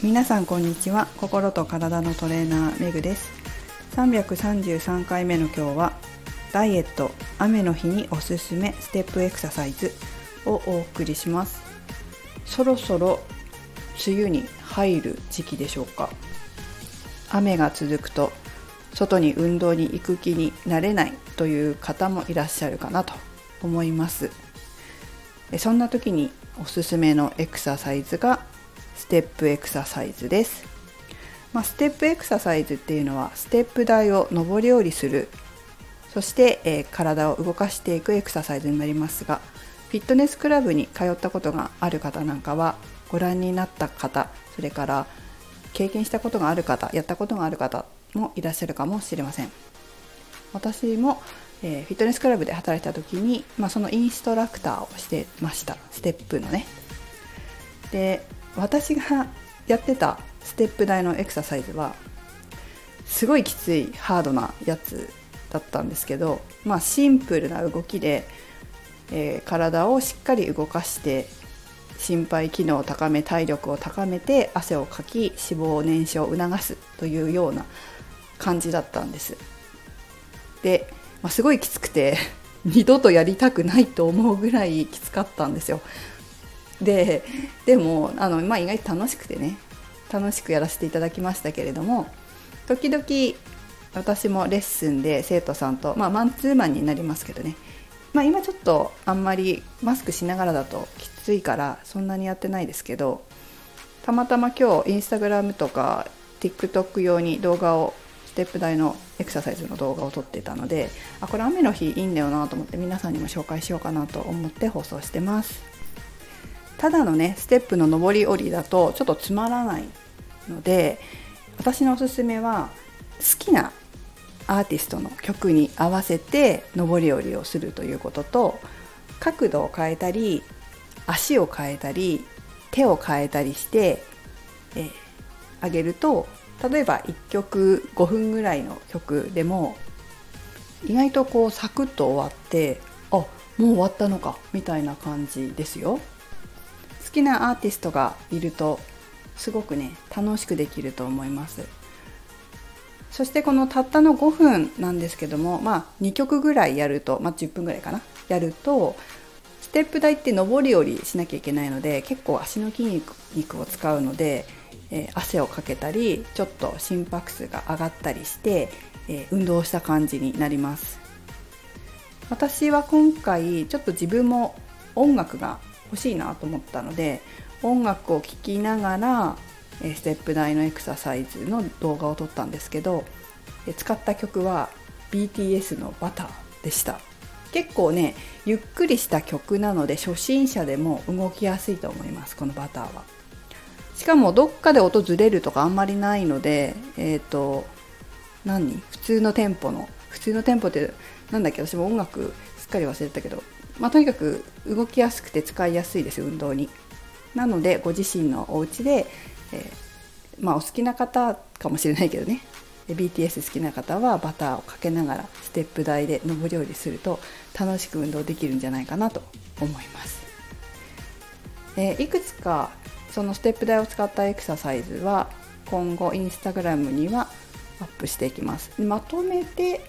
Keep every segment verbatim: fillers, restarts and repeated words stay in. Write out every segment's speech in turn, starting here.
皆さんこんにちは。心と体のトレーナーめぐです。さんびゃくさんじゅうさんかいめの今日はダイエット雨の日におすすめステップエクササイズをお送りします。そろそろ梅雨に入る時期でしょうか。雨が続くと外に運動に行く気になれないという方もいらっしゃるかなと思います。そんな時におすすめのエクササイズがステップエクササイズです。まあ、ステップエクササイズっていうのはステップ台を上り下りする、そして、えー、体を動かしていくエクササイズになりますが、フィットネスクラブに通ったことがある方なんかはご覧になった方、それから経験したことがある方、やったことがある方もいらっしゃるかもしれません。私も、えー、フィットネスクラブで働いた時に、まあ、そのインストラクターをしてました。ステップのね。で、私がやってたステップ台のエクササイズはすごいきついハードなやつだったんですけど、まあ、シンプルな動きで、えー、体をしっかり動かして心肺機能を高め、体力を高めて汗をかき、脂肪燃焼を促すというような感じだったんです。で、まあ、すごいきつくて二度とやりたくないと思うぐらいきつかったんですよ。で, でもあの、まあ、意外と楽しくてね、楽しくやらせていただきましたけれども、時々私もレッスンで生徒さんと、まあ、マンツーマンになりますけどね、まあ、今ちょっとあんまりマスクしながらだときついからそんなにやってないですけど、たまたま今日インスタグラムとか TikTok 用に動画を、ステップ台のエクササイズの動画を撮ってたので、あ、これ雨の日いいんだよなと思って皆さんにも紹介しようかなと思って放送してます。ただのねステップの上り下りだとちょっとつまらないので、私のおすすめは好きなアーティストの曲に合わせて上り下りをするということと、角度を変えたり足を変えたり手を変えたりして、えー、あげると、例えばいっきょくごふんぐらいの曲でも意外とこうサクッと終わって、あ、もう終わったのかみたいな感じですよ。好きなアーティストがいるとすごくね楽しくできると思います。そしてこのたったのごふんなんですけども、まあにきょくぐらいやると、まあ、じゅっぷんぐらいかなやると、ステップ台って上り下りしなきゃいけないので結構足の筋肉肉を使うので、えー、汗をかけたりちょっと心拍数が上がったりして、えー、運動した感じになります。私は今回ちょっと自分も音楽が欲しいなと思ったので、音楽を聴きながらステップ台のエクササイズの動画を撮ったんですけど、使った曲は ビーティーエス のバターでした。結構ねゆっくりした曲なので初心者でも動きやすいと思います。このバターはしかもどっかで音ずれるとかあんまりないので、えーと何普通のテンポの普通のテンポってなんだっけ、私も音楽すっかり忘れたけど、まあ、とにかく動きやすくて使いやすいです、運動に。なのでご自身のお家で、えーまあ、お好きな方かもしれないけどね、 ビーティーエス 好きな方はバターをかけながらステップ台で上り下りすると楽しく運動できるんじゃないかなと思います。えー、いくつかそのステップ台を使ったエクササイズは今後インスタグラムにはアップしていきます。まとめて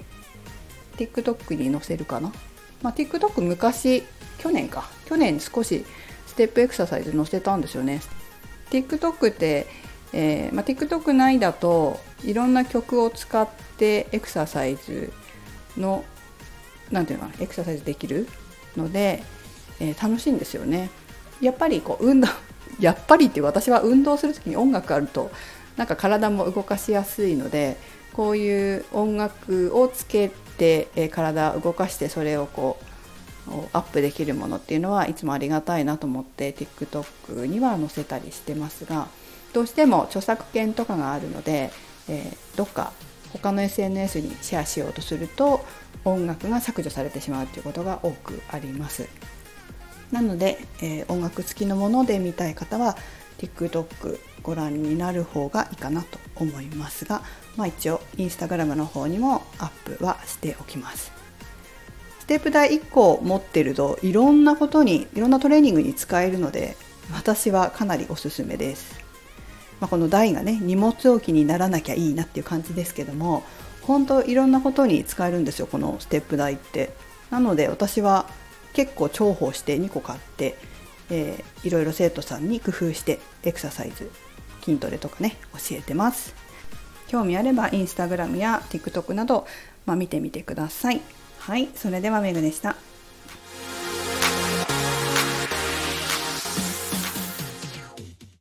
TikTok に載せるかな。まあ、TikTok 昔去年か去年少しステップエクササイズ載せたんですよね。 TikTok って、えーまあ、TikTok 内だといろんな曲を使ってエクササイズのなんていうのかなエクササイズできるので、えー、楽しいんですよね。やっぱりこう運動やっぱりって私は運動するときに音楽あるとなんか体も動かしやすいので、こういう音楽をつけて、えー、体を動かしてそれをこうアップできるものっていうのはいつもありがたいなと思って TikTok には載せたりしてますが、どうしても著作権とかがあるので、えー、どっか他の エスエヌエス にシェアしようとすると音楽が削除されてしまうということが多くあります。なので、えー、音楽付きのもので見たい方は TikTok ご覧になる方がいいかなと思いますが、まあ、一応インスタグラムの方にもアップはしておきます。ステップ台いっこ持ってるといろんなことにいろんなトレーニングに使えるので、私はかなりおすすめです。 まあ、この台がね荷物置きにならなきゃいいなっていう感じですけども、本当いろんなことに使えるんですよ、このステップ台って。なので私は結構重宝してにこ買って、えー、いろいろ生徒さんに工夫してエクササイズ、筋トレとかね教えてます。興味あればインスタグラムや TikTok など、まあ、見てみてください。はい、それではめぐでした。